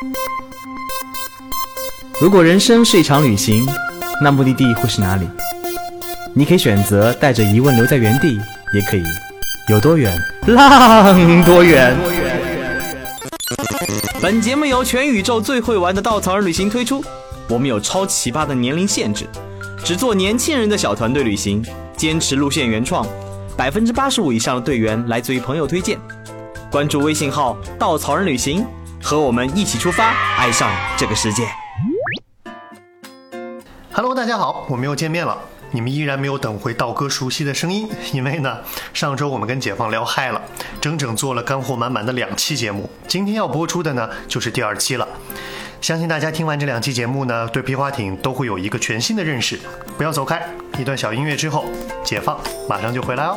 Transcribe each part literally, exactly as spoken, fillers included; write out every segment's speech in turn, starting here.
如果人生是一场旅行，那目的地会是哪里？你可以选择带着疑问留在原地，也可以有多远浪多远。本节目由全宇宙最会玩的稻草人旅行推出，我们有超奇葩的年龄限制，只做年轻人的小团队旅行，坚持路线原创，百分之八十五以上的队员来自于朋友推荐。关注微信号稻草人旅行，和我们一起出发，爱上这个世界。 Hello， 大家好，我们又见面了。你们依然没有等回道哥熟悉的声音，因为呢，上周我们跟解放聊嗨了，整整做了干货满满的两期节目。今天要播出的呢，就是第二期了。相信大家听完这两期节目呢，对皮划艇都会有一个全新的认识。不要走开，一段小音乐之后，解放马上就回来哦。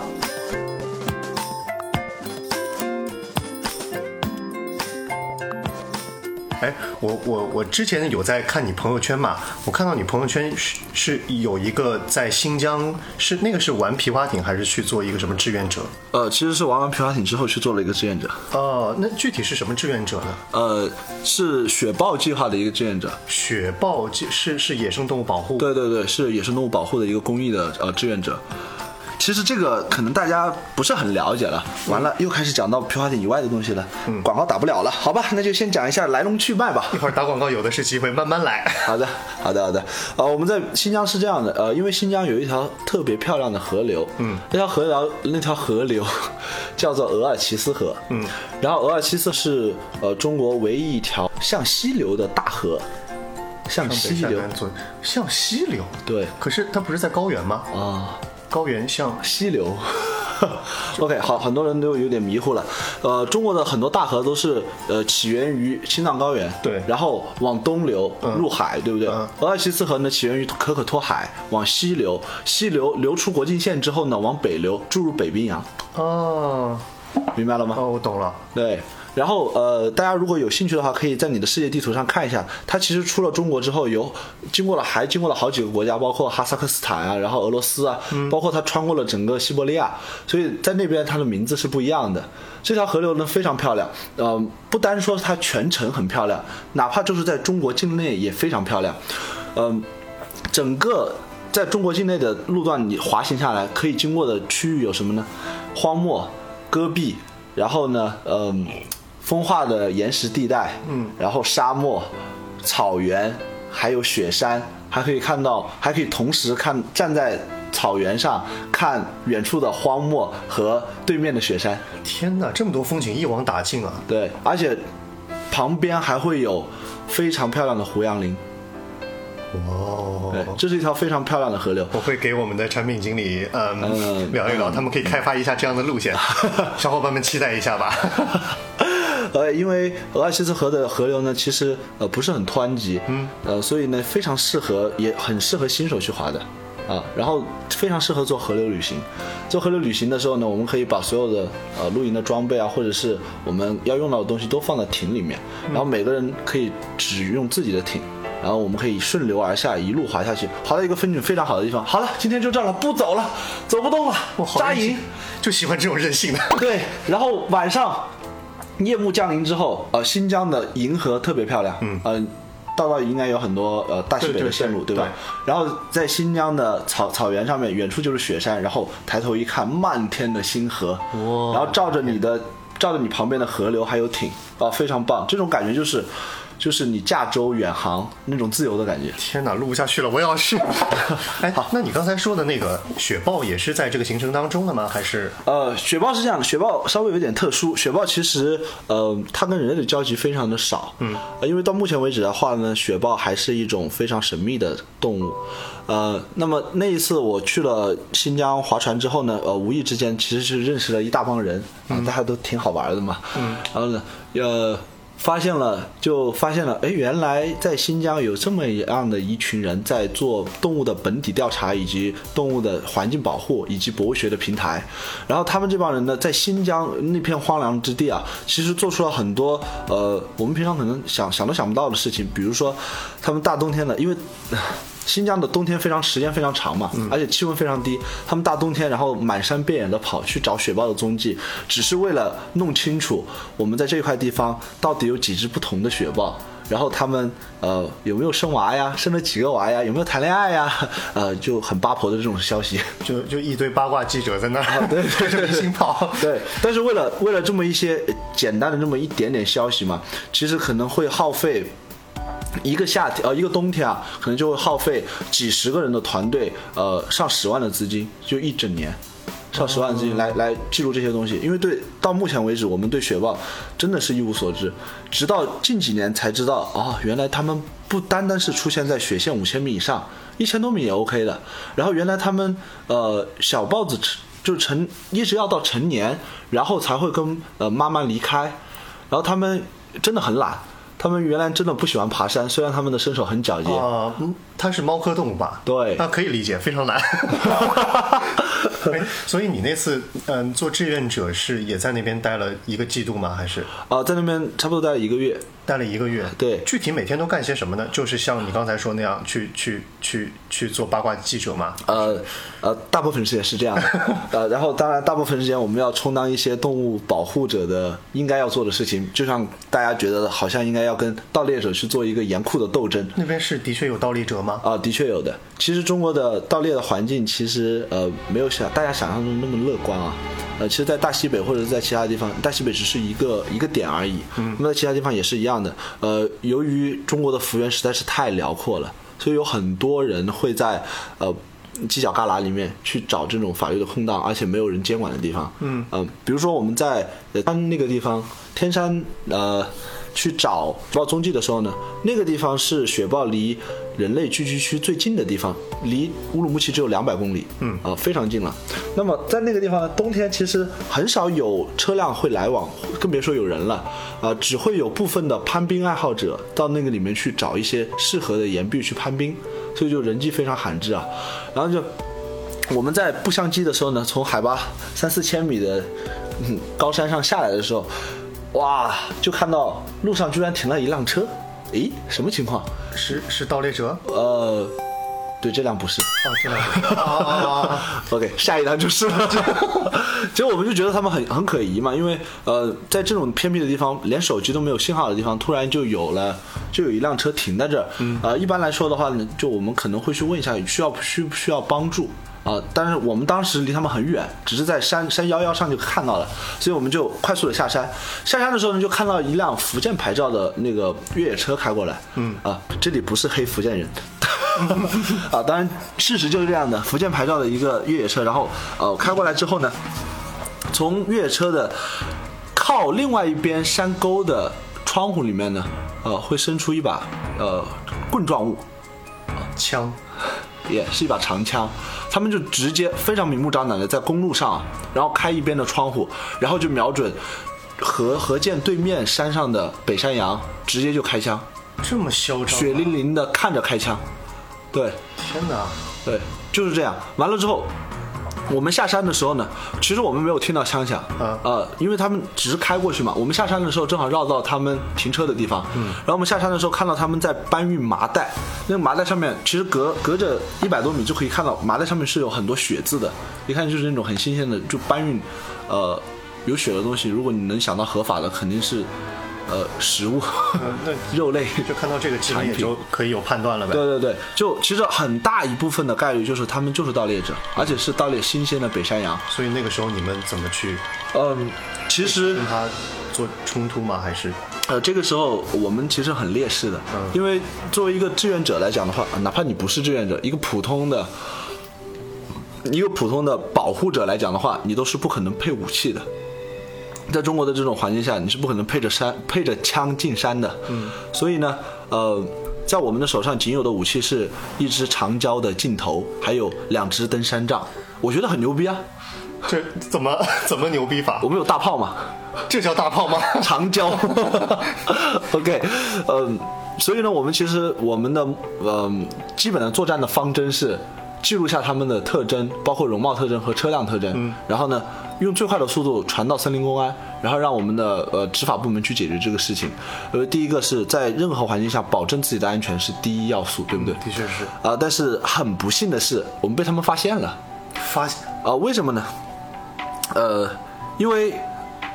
哎，我我我之前有在看你朋友圈嘛，我看到你朋友圈是是有一个在新疆，是那个是玩皮划艇还是去做一个什么志愿者？ 呃，其实是玩完皮划艇之后去做了一个志愿者。 哦、呃，那具体是什么志愿者呢？ 呃，是雪豹计划的一个志愿者。 雪豹是是野生动物保护？对对对，是野生动物保护的一个公益的呃志愿者。其实这个可能大家不是很了解了，完了又开始讲到皮划艇以外的东西了，嗯，广告打不了了，好吧，那就先讲一下来龙去脉吧。 一会儿打广告有的是机会，慢慢来。 好的，好的，好的。呃，我们在新疆是这样的，呃，因为新疆有一条特别漂亮的河流，嗯，那条河流那条河流叫做额尔齐斯河，嗯，然后额尔齐斯是呃中国唯一一条向西流的大河。向西流， 向西流， 对。 可是它不是在高原吗？ 啊。 高原向西流OK， 好，很多人都有点迷糊了。呃，中国的很多大河都是呃起源于青藏高原， 对， 然后往东流入海，嗯、对不对？ 嗯、 额尔齐斯河呢起源于可可托海，往西流，西流流出国境线之后呢，往北流，注入北冰洋。 哦， 明白了吗？ 哦，我懂了。 对。然后呃，大家如果有兴趣的话，可以在你的世界地图上看一下，它其实出了中国之后，有经过了还经过了好几个国家，包括哈萨克斯坦啊，然后俄罗斯啊，嗯、包括它穿过了整个西伯利亚，所以在那边它的名字是不一样的。这条河流呢非常漂亮，呃，不单说它全程很漂亮，哪怕就是在中国境内也非常漂亮，嗯、呃，整个在中国境内的路段你滑行下来，可以经过的区域有什么呢？荒漠、戈壁，然后呢，嗯、呃。风化的岩石地带，嗯，然后沙漠、草原，还有雪山，还可以看到，还可以同时看站在草原上看远处的荒漠和对面的雪山。 天哪，这么多风景一网打尽啊！ 对，而且旁边还会有非常漂亮的胡杨林。 哦， 对，这是一条非常漂亮的河流。 我会给我们的产品经理嗯、嗯聊一聊、嗯，他们可以开发一下这样的路线，小伙伴们期待一下吧。 呃，因为额尔齐斯河的河流呢，其实呃不是很湍急，嗯，呃，所以呢非常适合，也很适合新手去滑的，啊，然后非常适合做河流旅行。做河流旅行的时候呢，我们可以把所有的呃露营的装备啊，或者是我们要用到的东西都放在艇里面，然后每个人可以只用自己的艇。然后我们可以顺流而下，一路滑下去，滑到一个风景非常好的地方。好了，今天就这样了，不走了，走不动了，扎营， 就喜欢这种任性的。 对，然后晚上夜幕降临之后，呃，新疆的银河特别漂亮，嗯，呃，道道应该有很多呃大西北的线路， 对, 对, 对吧？对。然后在新疆的草草原上面，远处就是雪山，然后抬头一看，漫天的星河，哇！然后照着你的，照着你旁边的河流还有艇，啊、呃，非常棒，这种感觉就是。就是你驾舟远航那种自由的感觉。 天哪，录不下去了，我要去。哎，好，那你刚才说的那个雪豹也是在这个行程当中的吗？还是？ 呃，雪豹是这样的，雪豹稍微有点特殊。雪豹其实，呃，它跟人类的交集非常的少。嗯、呃，因为到目前为止的话呢，雪豹还是一种非常神秘的动物。呃，那么那一次我去了新疆划船之后呢，呃，无意之间其实是认识了一大帮人，啊、呃，大家都挺好玩的嘛。嗯，然后呢，呃。发现了，就发现了，哎，原来在新疆有这么样的一群人在做动物的本体调查，以及动物的环境保护，以及博物学的平台。然后他们这帮人呢，在新疆那片荒凉之地啊，其实做出了很多呃，我们平常可能想想都想不到的事情。比如说，他们大冬天的，因为新疆的冬天非常时间非常长嘛，而且气温非常低，他们大冬天然后满山遍野的跑去找雪豹的踪迹，只是为了弄清楚我们在这块地方到底有几只不同的雪豹， 然后他们呃有没有生娃呀，生了几个娃呀，有没有谈恋爱呀，呃就很八婆的这种消息， 就就一堆八卦记者在那儿、 啊、对对对着明星跑。 对，但是为了为了这么一些简单的这么一点点消息嘛，其实可能会耗费一个夏天呃一个冬天啊，可能就会耗费几十个人的团队，呃上十万的资金，就一整年。上十万的资金来来记录这些东西，因为对到目前为止，我们对雪豹真的是一无所知，直到近几年才知道，哦，原来他们不单单是出现在雪线五千米以上，一千多米也 OK 的。然后原来他们呃小豹子就成一直要到成年，然后才会跟呃妈妈离开，然后他们真的很懒。他们原来真的不喜欢爬山，虽然他们的身手很矫健。 啊、呃，它是猫科动物吧？ 对， 那可以理解，非常难。所以你那次嗯做志愿者是也在那边待了一个季度吗？还是？ 啊、呃，在那边差不多待了一个月。 待了一个月， 对， 具体每天都干些什么呢？就是像你刚才说那样，去去去去做八卦记者吗？ 呃呃，大部分时间是这样的，呃，然后当然大部分时间我们要充当一些动物保护者的应该要做的事情，就像大家觉得好像应该要跟盗猎者去做一个严酷的斗争。 那边是的确有盗猎者吗？ 啊、呃，的确有的。其实中国的盗猎的环境其实呃没有想大家想象中那么乐观啊。呃，其实，在大西北或者是在其他地方，大西北只是一个一个点而已。嗯，那么在其他地方也是一样的。呃，由于中国的幅员实在是太辽阔了，所以有很多人会在呃犄角旮旯里面去找这种法律的空档，而且没有人监管的地方。嗯，呃，比如说我们在呃那个地方天山呃去找雪豹踪迹的时候呢，那个地方是雪豹离人类聚居区最近的地方，离乌鲁木齐只有两百公里，嗯，呃，非常近了。那么在那个地方呢，冬天其实很少有车辆会来往，更别说有人了，呃，只会有部分的攀冰爱好者到那个里面去找一些适合的岩壁去攀冰，所以就人迹非常罕至啊。然后就我们在步相机的时候呢，从海拔三四千米的、嗯、高山上下来的时候，哇，就看到路上居然停了一辆车，诶，什么情况？ 是是盗猎者？ 呃，对，这辆不是。 哦，这辆不是。啊啊啊 OK， 下一辆就是了。结果我们就觉得他们很很可疑嘛，因为呃，在这种偏僻的地方，连手机都没有信号的地方，突然就有了，就有一辆车停在这儿。嗯。呃，一般来说的话呢，就我们可能会去问一下，需要需不需要帮助。啊、呃，但是我们当时离他们很远，只是在山山腰腰上就看到了，所以我们就快速的下山。下山的时候呢，就看到一辆福建牌照的那个越野车开过来。嗯啊，这里不是黑福建人。啊，当然事实就是这样的，福建牌照的一个越野车，然后呃开过来之后呢，从越野车的靠另外一边山沟的窗户里面呢，呃会伸出一把呃棍状物， 枪。 也、yeah, 是一把长枪，他们就直接非常明目张胆的在公路上，然后开一边的窗户，然后就瞄准河河涧对面山上的北山羊，直接就开枪， 这么嚣张， 血淋淋的看着开枪，对， 天哪， 对，就是这样。完了之后，我们下山的时候呢，其实我们没有听到枪响， 啊、 呃，因为他们只是开过去嘛。我们下山的时候正好绕到他们停车的地方，嗯，然后我们下山的时候看到他们在搬运麻袋，那个麻袋上面其实隔隔着一百多米就可以看到麻袋上面是有很多血渍的，一看就是那种很新鲜的，就搬运，呃，有血的东西。如果你能想到合法的，肯定是。呃，食物， 嗯、那肉类， 就看到这个，其实也就可以有判断了呗。 对对对，就其实很大一部分的概率就是他们就是盗猎者，而且是盗猎新鲜的北山羊。 所以那个时候你们怎么去？ 嗯，其实跟他做冲突吗？还是？ 呃，这个时候我们其实很劣势的，嗯、因为作为一个志愿者来讲的话，哪怕你不是志愿者，一个普通的，一个普通的保护者来讲的话，你都是不可能配武器的。在中国的这种环境下，你是不可能配着山配着枪进山的。嗯，所以呢，呃，在我们的手上仅有的武器是一支长焦的镜头，还有两支登山杖。我觉得很牛逼啊！ 这怎么怎么牛逼法？ 我们有大炮嘛？ 这叫大炮吗？ 长焦。OK， 嗯、呃，所以呢，我们其实我们的嗯、呃、基本的作战的方针是记录下他们的特征，包括容貌特征和车辆特征。嗯，然后呢，用最快的速度传到森林公安，然后让我们的呃执法部门去解决这个事情。呃，第一个是在任何环境下保证自己的安全是第一要素，对不对？ 的确是。 啊、呃，但是很不幸的是，我们被他们发现了。 发现啊、呃？为什么呢？呃，因为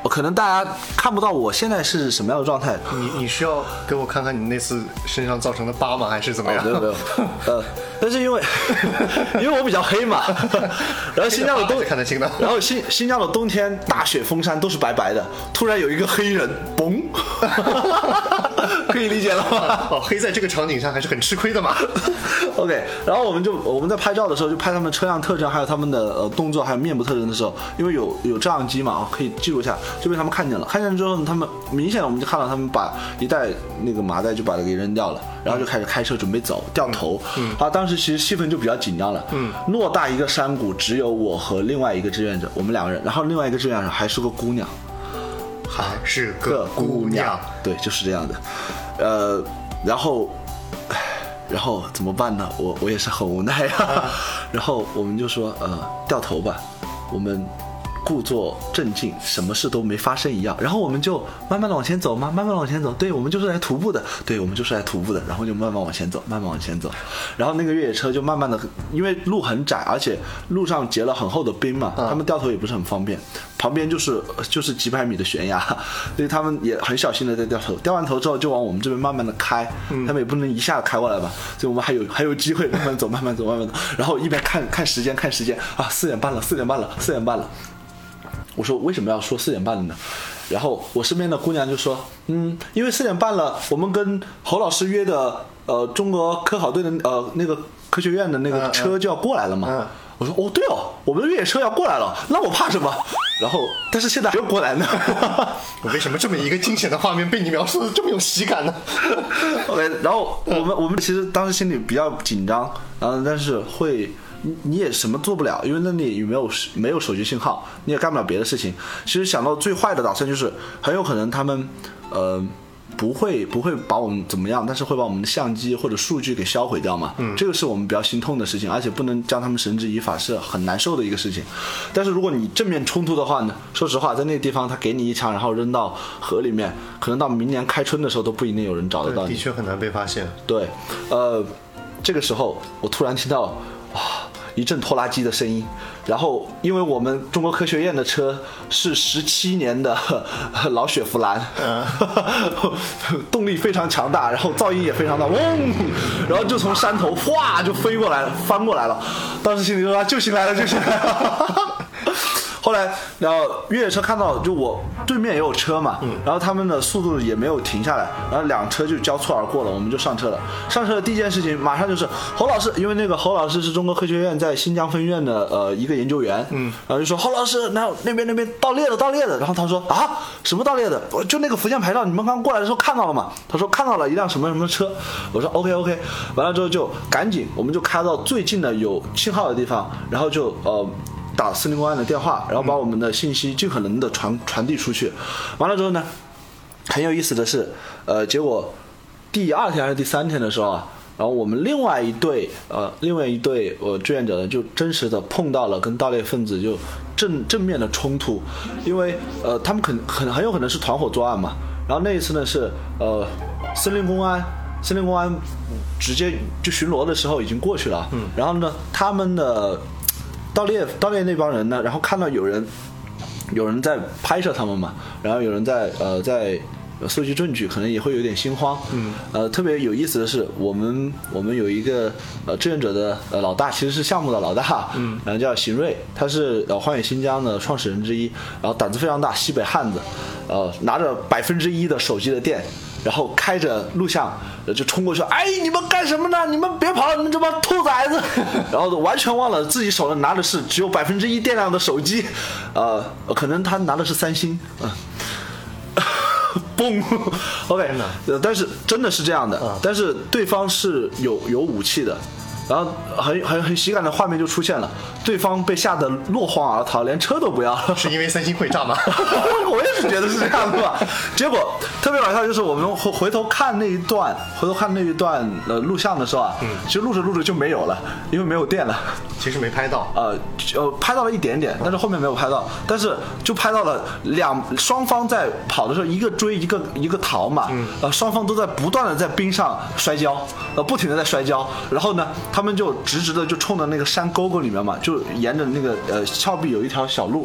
可能大家看不到我现在是什么样的状态。 你你需要给我看看你那次身上造成的疤吗？还是怎么样？ 哦、没有没有，呃，但是因为因为我比较黑嘛，然后新疆的冬看得清的， 然后新新疆的冬天大雪封山都是白白的，突然有一个黑人，嘣，可以理解了吗？ 哦，黑在这个场景上还是很吃亏的嘛。 OK， 然后我们就我们在拍照的时候就拍他们车辆特征，还有他们的呃动作，还有面部特征的时候，因为有有照相机嘛，可以记录下，就被他们看见了。看见之后，他们明显的我们就看到他们把一袋那个麻袋就把它给扔掉了，然后就开始开车准备走，掉头。嗯，啊，当时其实气氛就比较紧张了。嗯，偌大一个山谷，只有我和另外一个志愿者，我们两个人，然后另外一个志愿者还是个姑娘， 还是个姑娘， 对，就是这样的。呃，然后。然后怎么办呢？我我也是很无奈啊。然后我们就说，呃，掉头吧，我们故作镇静，什么事都没发生一样。然后我们就慢慢的往前走嘛，慢慢的往前走。对，我们就是来徒步的，对，我们就是来徒步的。然后就慢慢往前走，慢慢往前走。然后那个越野车就慢慢的，因为路很窄，而且路上结了很厚的冰嘛，他们掉头也不是很方便。旁边就是就是几百米的悬崖，所以他们也很小心的在掉头。掉完头之后就往我们这边慢慢的开，嗯、他们也不能一下子开过来吧，所以我们还有还有机会慢慢走，慢慢走，慢慢走。然后一边看看时间，看时间啊，四点半了，四点半了，四点半了。我说为什么要说四点半了呢？然后我身边的姑娘就说，嗯，因为四点半了，我们跟侯老师约的呃中国科考队的呃那个科学院的那个车就要过来了嘛。嗯嗯我说哦对哦，我们的越野车要过来了，那我怕什么？然后但是现在还要过来呢。 我为什么这么一个惊险的画面被你描述的这么有喜感呢？ OK， 然后我们我们其实当时心里比较紧张，然后但是会你也什么做不了，因为那里没有没有手机信号，你也干不了别的事情。其实想到最坏的打算就是很有可能他们呃。不会不会把我们怎么样，但是会把我们的相机或者数据给销毁掉嘛。嗯，这个是我们比较心痛的事情，而且不能将他们绳之以法，是很难受的一个事情。但是如果你正面冲突的话呢，说实话，在那个地方他给你一枪，然后扔到河里面，可能到明年开春的时候都不一定有人找得到你。 的确很难被发现。 对，呃，这个时候我突然听到啊。一阵拖拉机的声音，然后因为我们中国科学院的车是十七年的老雪佛兰，嗯、动力非常强大，然后噪音也非常大，嗡，然后就从山头哗就飞过来了，翻过来了。当时心里说啊，救星来了，救星来了。后来，然后越野车看到就我对面也有车嘛，嗯、然后他们的速度也没有停下来，然后两车就交错而过了，我们就上车了。上车的第一件事情马上就是侯老师，因为那个侯老师是中国科学院在新疆分院的呃一个研究员，嗯，然后就说侯老师，那那边那边盗猎的盗猎的，然后他说啊什么盗猎的？就那个福建牌照，你们刚过来的时候看到了吗？他说看到了一辆什么什么车，我说 OK OK， 完了之后就赶紧我们就开到最近的有信号的地方，然后就呃。打司令公安的电话，然后把我们的信息尽可能的传传递出去。完了之后呢，很有意思的是，呃，结果第二天还是第三天的时候啊，然后我们另外一队呃，另外一队呃志愿者呢，就真实的碰到了跟盗猎分子就正正面的冲突，因为呃，他们很很很有可能是团伙作案嘛。然后那一次呢是呃，森林公安。森林公安直接就巡逻的时候已经过去了，嗯，然后呢，他们的盗猎盗猎那帮人呢，然后看到有人有人在拍摄他们嘛，然后有人在呃在搜集证据，可能也会有点心慌，嗯，呃，特别有意思的是，我们我们有一个呃志愿者的呃老大，其实是项目的老大，嗯，然后叫邢瑞，他是呃荒野新疆的创始人之一，然后胆子非常大，西北汉子，呃，拿着百分之一的手机的电。然后开着录像就冲过去，哎，你们干什么呢？你们别跑，你们这帮兔崽子！然后完全忘了自己手上拿的是只有百分之一电量的手机，呃，可能他拿的是三星，嗯、呃，嘣 ，OK， 但是真的是这样的，嗯、但是对方是有有武器的。然后很很很喜感的画面就出现了，对方被吓得落荒而逃，连车都不要了。 是因为三星会炸吗？ 我也是觉得是这样的吧。结果特别搞笑就是我们回回头看那一段，回头看那一段呃录像的时候啊，嗯，其实录着录着就没有了，因为没有电了。 其实没拍到， 呃呃拍到了一点点，但是后面没有拍到，但是就拍到了两双方在跑的时候，一个追一个一个逃嘛，嗯，呃双方都在不断的在冰上摔跤，呃不停的在摔跤，然后呢他们就直直的就冲着那个山沟沟里面嘛，就沿着那个呃峭壁有一条小路，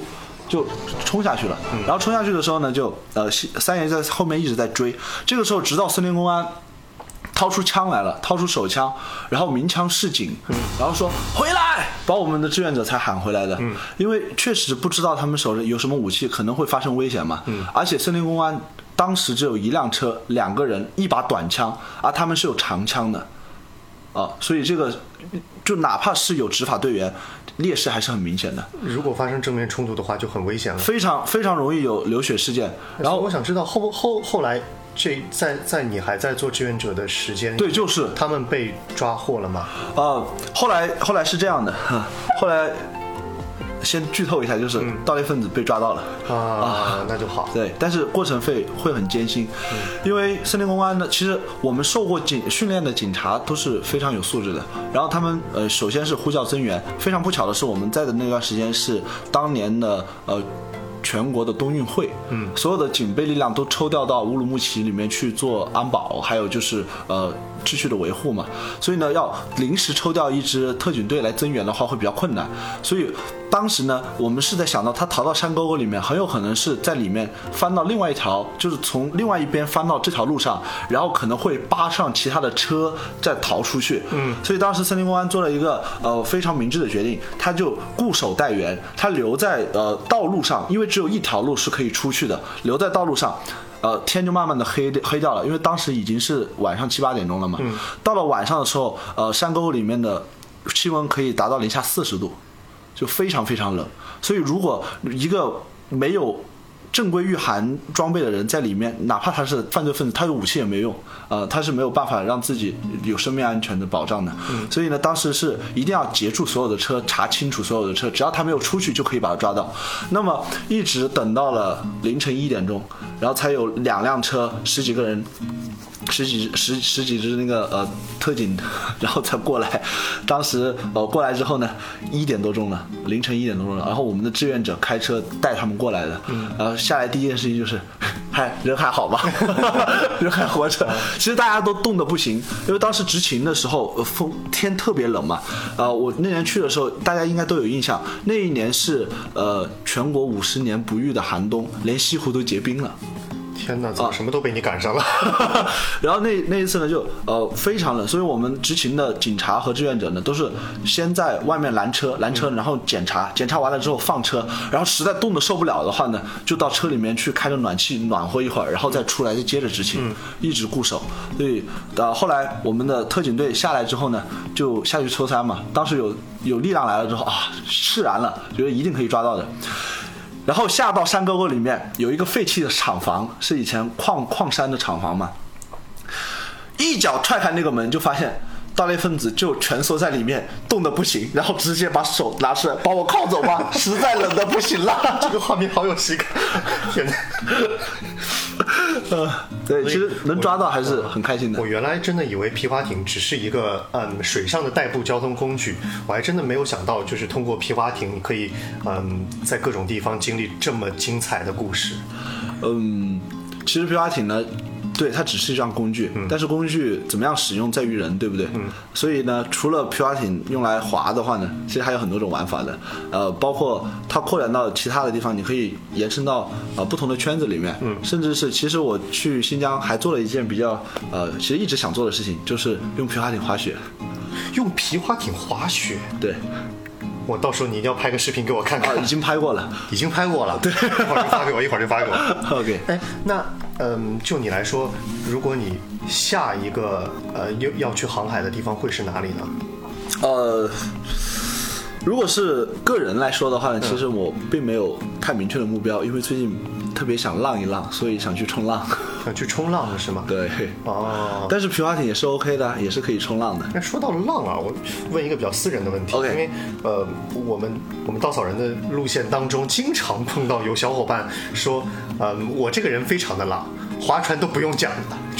就冲下去了。然后冲下去的时候呢，就呃三爷在后面一直在追。这个时候，直到森林公安掏出枪来了，掏出手枪，然后鸣枪示警，然后说回来，把我们的志愿者才喊回来的。因为确实不知道他们手里有什么武器，可能会发生危险嘛。而且森林公安当时只有一辆车，两个人，一把短枪，而他们是有长枪的，啊，所以这个就哪怕是有执法队员，劣势还是很明显的。 如果发生正面冲突的话，就很危险了， 非常非常容易有流血事件。然后我想知道后后后来。这在在你还在做志愿者的时间， 对，就是他们被抓获了吗？ 呃，后来后来是这样的，后来先剧透一下，就是盗猎分子被抓到了、 嗯、啊，那就好。 对，但是过程会会很艰辛、嗯，因为森林公安呢，其实我们受过警训练的警察都是非常有素质的。然后他们呃，首先是呼叫增援，非常不巧的是，我们在的那段时间是当年的呃。全国的冬运会，嗯，所有的警备力量都抽调到乌鲁木齐里面去做安保，还有就是呃秩序的维护嘛，所以呢，要临时抽调一支特警队来增援的话会比较困难，所以当时呢，我们是在想到他逃到山沟沟里面，很有可能是在里面翻到另外一条，就是从另外一边翻到这条路上，然后可能会扒上其他的车再逃出去，嗯，所以当时森林公安做了一个呃非常明智的决定，他就固守待援，他留在呃道路上，因为只有一条路是可以出去的，留在道路上，呃，天就慢慢的黑黑掉了，因为当时已经是晚上七八点钟了嘛。嗯、到了晚上的时候，呃，山沟里面的气温可以达到零下四十度，就非常非常冷。所以如果一个没有正规御寒装备的人在里面，哪怕他是犯罪分子，他有武器也没用，呃，他是没有办法让自己有生命安全的保障的。嗯、所以呢，当时是一定要截住所有的车，查清楚所有的车，只要他没有出去，就可以把他抓到。那么一直等到了凌晨一点钟，然后才有两辆车，十几个人。十几十十几只那个呃特警，然后才过来。当时呃过来之后呢，一点多钟了，凌晨一点多钟了。然后我们的志愿者开车带他们过来的。嗯。然后下来第一件事情就是，嗨，人还好吗？人还活着。其实大家都冻得不行，因为当时执勤的时候，风天特别冷嘛。呃，我那年去的时候，大家应该都有印象，那一年是呃全国五十年不遇的寒冬，连西湖都结冰了。 天哪，怎么什么都被你赶上了？ 啊、然后那那一次呢，就呃非常冷，所以我们执勤的警察和志愿者呢，都是先在外面拦车，拦车，然后检查，检查完了之后放车，然后实在冻得受不了的话呢，就到车里面去开着暖气暖和一会儿，然后再出来再接着执勤，嗯、一直固守。所以呃后来我们的特警队下来之后呢，就下去抽山嘛。当时有有力量来了之后啊，释然了，觉得一定可以抓到的。然后下到山沟沟里面有一个废弃的厂房，是以前矿矿山的厂房嘛。一脚踹开那个门，就发现盗猎分子就蜷缩在里面，冻得不行，然后直接把手拿出来，把我铐走吧，实在冷得不行了。 这个画面好有喜感，天哪！ 呃，对，其实能抓到还是很开心的。 我原来真的以为皮划艇只是一个嗯水上的代步交通工具，我还真的没有想到，就是通过皮划艇，你可以嗯在各种地方经历这么精彩的故事。 嗯，其实皮划艇呢，对，它只是一项工具、嗯，但是工具怎么样使用在于人，对不对？嗯。所以呢，除了皮划艇用来划的话呢，其实还有很多种玩法的，呃，包括它扩展到其他的地方，你可以延伸到呃不同的圈子里面，嗯，甚至是其实我去新疆还做了一件比较呃，其实一直想做的事情，就是用皮划艇滑雪。 用皮划艇滑雪？ 对。 我到时候你一定要拍个视频给我看看。 啊，已经拍过了， 已经拍过了。 对， 一会儿就发给我，一会儿就发给我。 OK。 哎，那嗯，就你来说，如果你下一个呃要要去航海的地方会是哪里呢？呃， 如果是个人来说的话呢，其实我并没有太明确的目标，因为最近特别想浪一浪，所以想去冲浪。 想去冲浪了是吗？ 对。 哦。但是皮划艇也是 OK 的，也是可以冲浪的。 那说到了浪啊，我问一个比较私人的问题。 OK。 因为呃，我们我们稻草人的路线当中，经常碰到有小伙伴说，嗯、呃，我这个人非常的浪，划船都不用桨的，全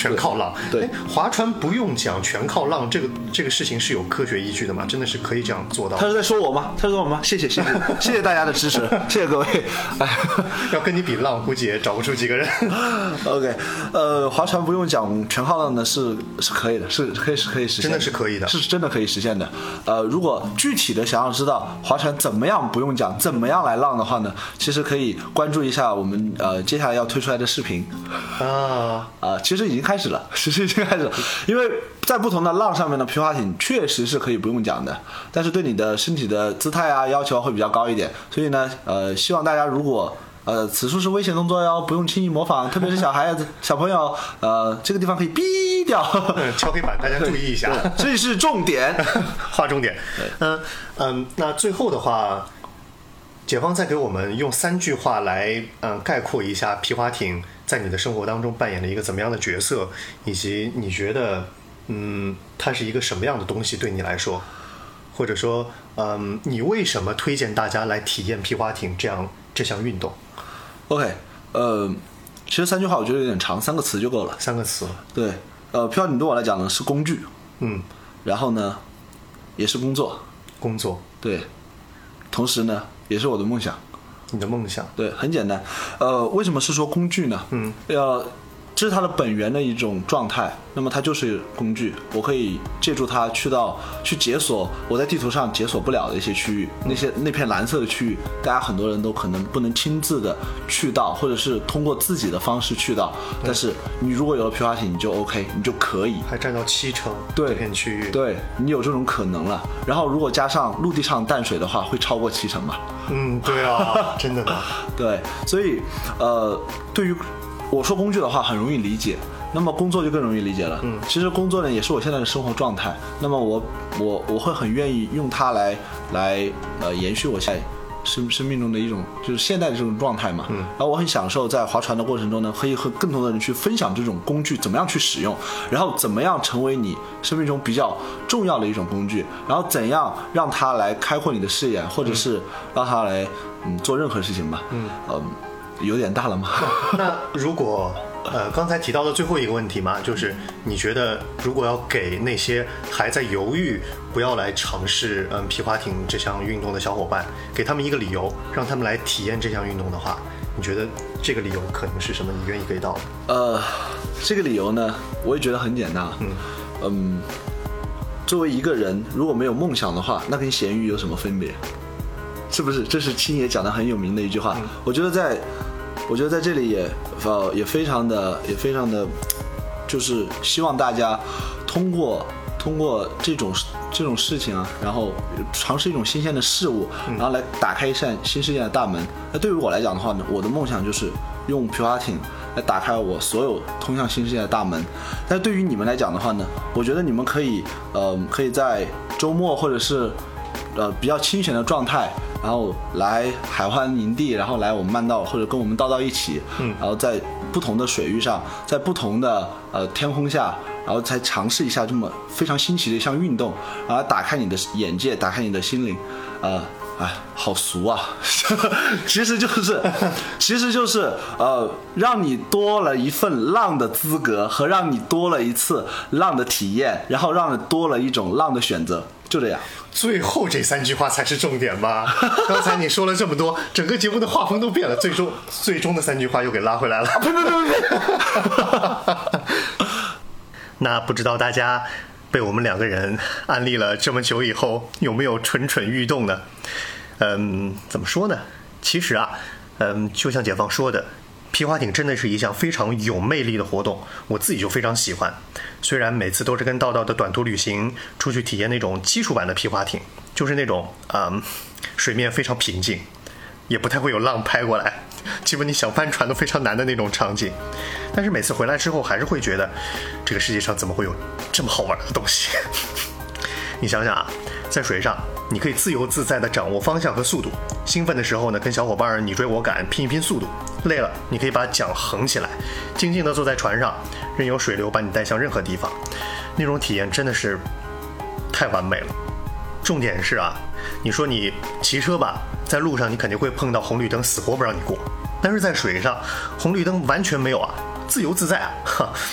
全靠浪。 对， 划船不用讲，全靠浪，这个这个事情是有科学依据的吗？真的是可以这样做到？ 他是在说我吗？他是说我吗？谢谢谢谢谢谢大家的支持，谢谢各位。哎， 要跟你比浪，估计也找不出几个人。 OK， 呃，划船不用讲，全靠浪呢是是可以的，是可以是可以实现的， 真的是可以的， 是真的可以实现的。呃，如果具体的想要知道划船怎么样不用讲，怎么样来浪的话呢，其实可以关注一下我们呃接下来要推出来的视频啊啊、 呃，其实已经开始了，其实已经开始了，因为在不同的浪上面的皮划艇确实是可以不用讲的，但是对你的身体的姿态啊要求会比较高一点，所以呢，呃，希望大家如果呃，此处是危险动作哟，不用轻易模仿，特别是小孩子、小朋友，呃，这个地方可以逼掉， 嗯、敲黑板，大家注意一下， 这是重点， 划重点。嗯嗯，那最后的话，解放再给我们用三句话来嗯概括一下皮划艇在你的生活当中扮演了一个怎么样的角色，以及你觉得嗯它是一个什么样的东西对你来说，或者说嗯你为什么推荐大家来体验皮划艇这样这项运动？ OK， 呃，其实三句话我觉得有点长，三个词就够了。 三个词。 对，呃，皮划艇对我来讲呢是工具， 嗯， 然后呢也是工作， 工作， 对，同时呢也是我的梦想。 你的梦想。 对，很简单。呃，为什么是说工具呢？ 嗯， 要这是它的本源的一种状态，那么它就是工具，我可以借助它去到去解锁我在地图上解锁不了的一些区域，那些那片蓝色的区域，大家很多人都可能不能亲自的去到，或者是通过自己的方式去到，但是你如果有了皮划艇，你就 OK， 你就可以， 还占到七成对这片区域， 对你有这种可能了。然后如果加上陆地上淡水的话，会超过七成吧？ 嗯，对啊，真的呢。 对，所以呃，对于我说工具的话很容易理解，那么工作就更容易理解了。嗯，其实工作呢也是我现在的生活状态，那么我我我会很愿意用它来来呃延续我现在生生命中的一种就是现在的这种状态嘛。嗯，然后我很享受在划船的过程中呢，可以和更多的人去分享这种工具怎么样去使用，然后怎么样成为你生命中比较重要的一种工具，然后怎样让它来开阔你的视野，或者是让它来嗯做任何事情吧。嗯嗯。呃有点大了吗？ 那如果呃刚才提到的最后一个问题嘛，就是你觉得如果要给那些还在犹豫不要来尝试嗯皮划艇这项运动的小伙伴，给他们一个理由让他们来体验这项运动的话，你觉得这个理由可能是什么？你愿意给到的？ 呃，这个理由呢，我也觉得很简单。嗯嗯，作为一个人，如果没有梦想的话，那跟咸鱼有什么分别？是不是？这是青爷讲的很有名的一句话。嗯、我觉得在，我觉得在这里也呃也非常的也非常的，就是希望大家通过通过这种这种事情啊，然后尝试一种新鲜的事物，然后来打开一扇新世界的大门。那对于我来讲的话呢，我的梦想就是用皮划艇来打开我所有通向新世界的大门。但是对于你们来讲的话呢，我觉得你们可以呃可以在周末或者是呃比较清闲的状态，然后来海湾营地，然后来我们漫道或者跟我们道到一起，嗯，然后在不同的水域上，在不同的呃天空下，然后才尝试一下这么非常新奇的一项运动，然后打开你的眼界，打开你的心灵，呃，哎，好俗啊，其实就是，其实就是呃，让你多了一份浪的资格和让你多了一次浪的体验，然后让你多了一种浪的选择，就这样。 最后这三句话才是重点吧？刚才你说了这么多，整个节目的画风都变了，最终最终的三句话又给拉回来了。 呸呸呸呸！ 那不知道大家被我们两个人安利了这么久以后，有没有蠢蠢欲动呢？嗯，怎么说呢？其实啊，嗯，就像解放说的，皮划艇真的是一项非常有魅力的活动，我自己就非常喜欢。虽然每次都是跟道道的短途旅行出去体验那种基础版的皮划艇，就是那种嗯，水面非常平静，也不太会有浪拍过来，基本你想翻船都非常难的那种场景。但是每次回来之后，还是会觉得这个世界上怎么会有这么好玩的东西？你想想啊，在水上你可以自由自在地掌握方向和速度，兴奋的时候呢，跟小伙伴你追我赶，拼一拼速度，累了你可以把桨横起来，静静地坐在船上，任由水流把你带向任何地方，那种体验真的是太完美了。重点是啊，你说你骑车吧，在路上你肯定会碰到红绿灯，死活不让你过，但是在水上红绿灯完全没有啊，自由自在啊。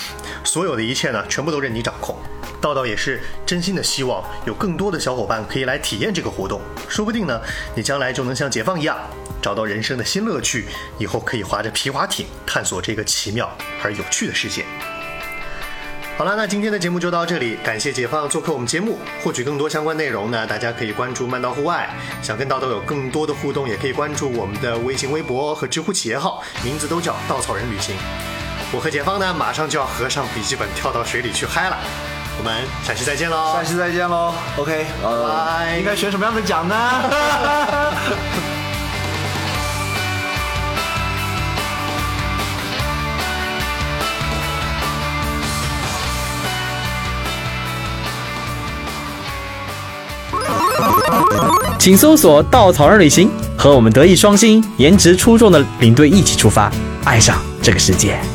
所有的一切呢，全部都任你掌控。道道也是真心的希望有更多的小伙伴可以来体验这个活动，说不定呢，你将来就能像解放一样，找到人生的新乐趣，以后可以划着皮划艇探索这个奇妙而有趣的世界。好了，那今天的节目就到这里，感谢解放做客我们节目。获取更多相关内容呢，大家可以关注慢到户外。想跟道道有更多的互动，也可以关注我们的微信、微博和知乎企业号，名字都叫稻草人旅行。我和解放呢，马上就要合上笔记本跳到水里去嗨了。我们下期再见喽！ 下期再见喽 ！OK， 呃，应该选什么样的奖呢？ 请搜索“稻草人旅行”，和我们德艺双馨、颜值出众的领队一起出发，爱上这个世界。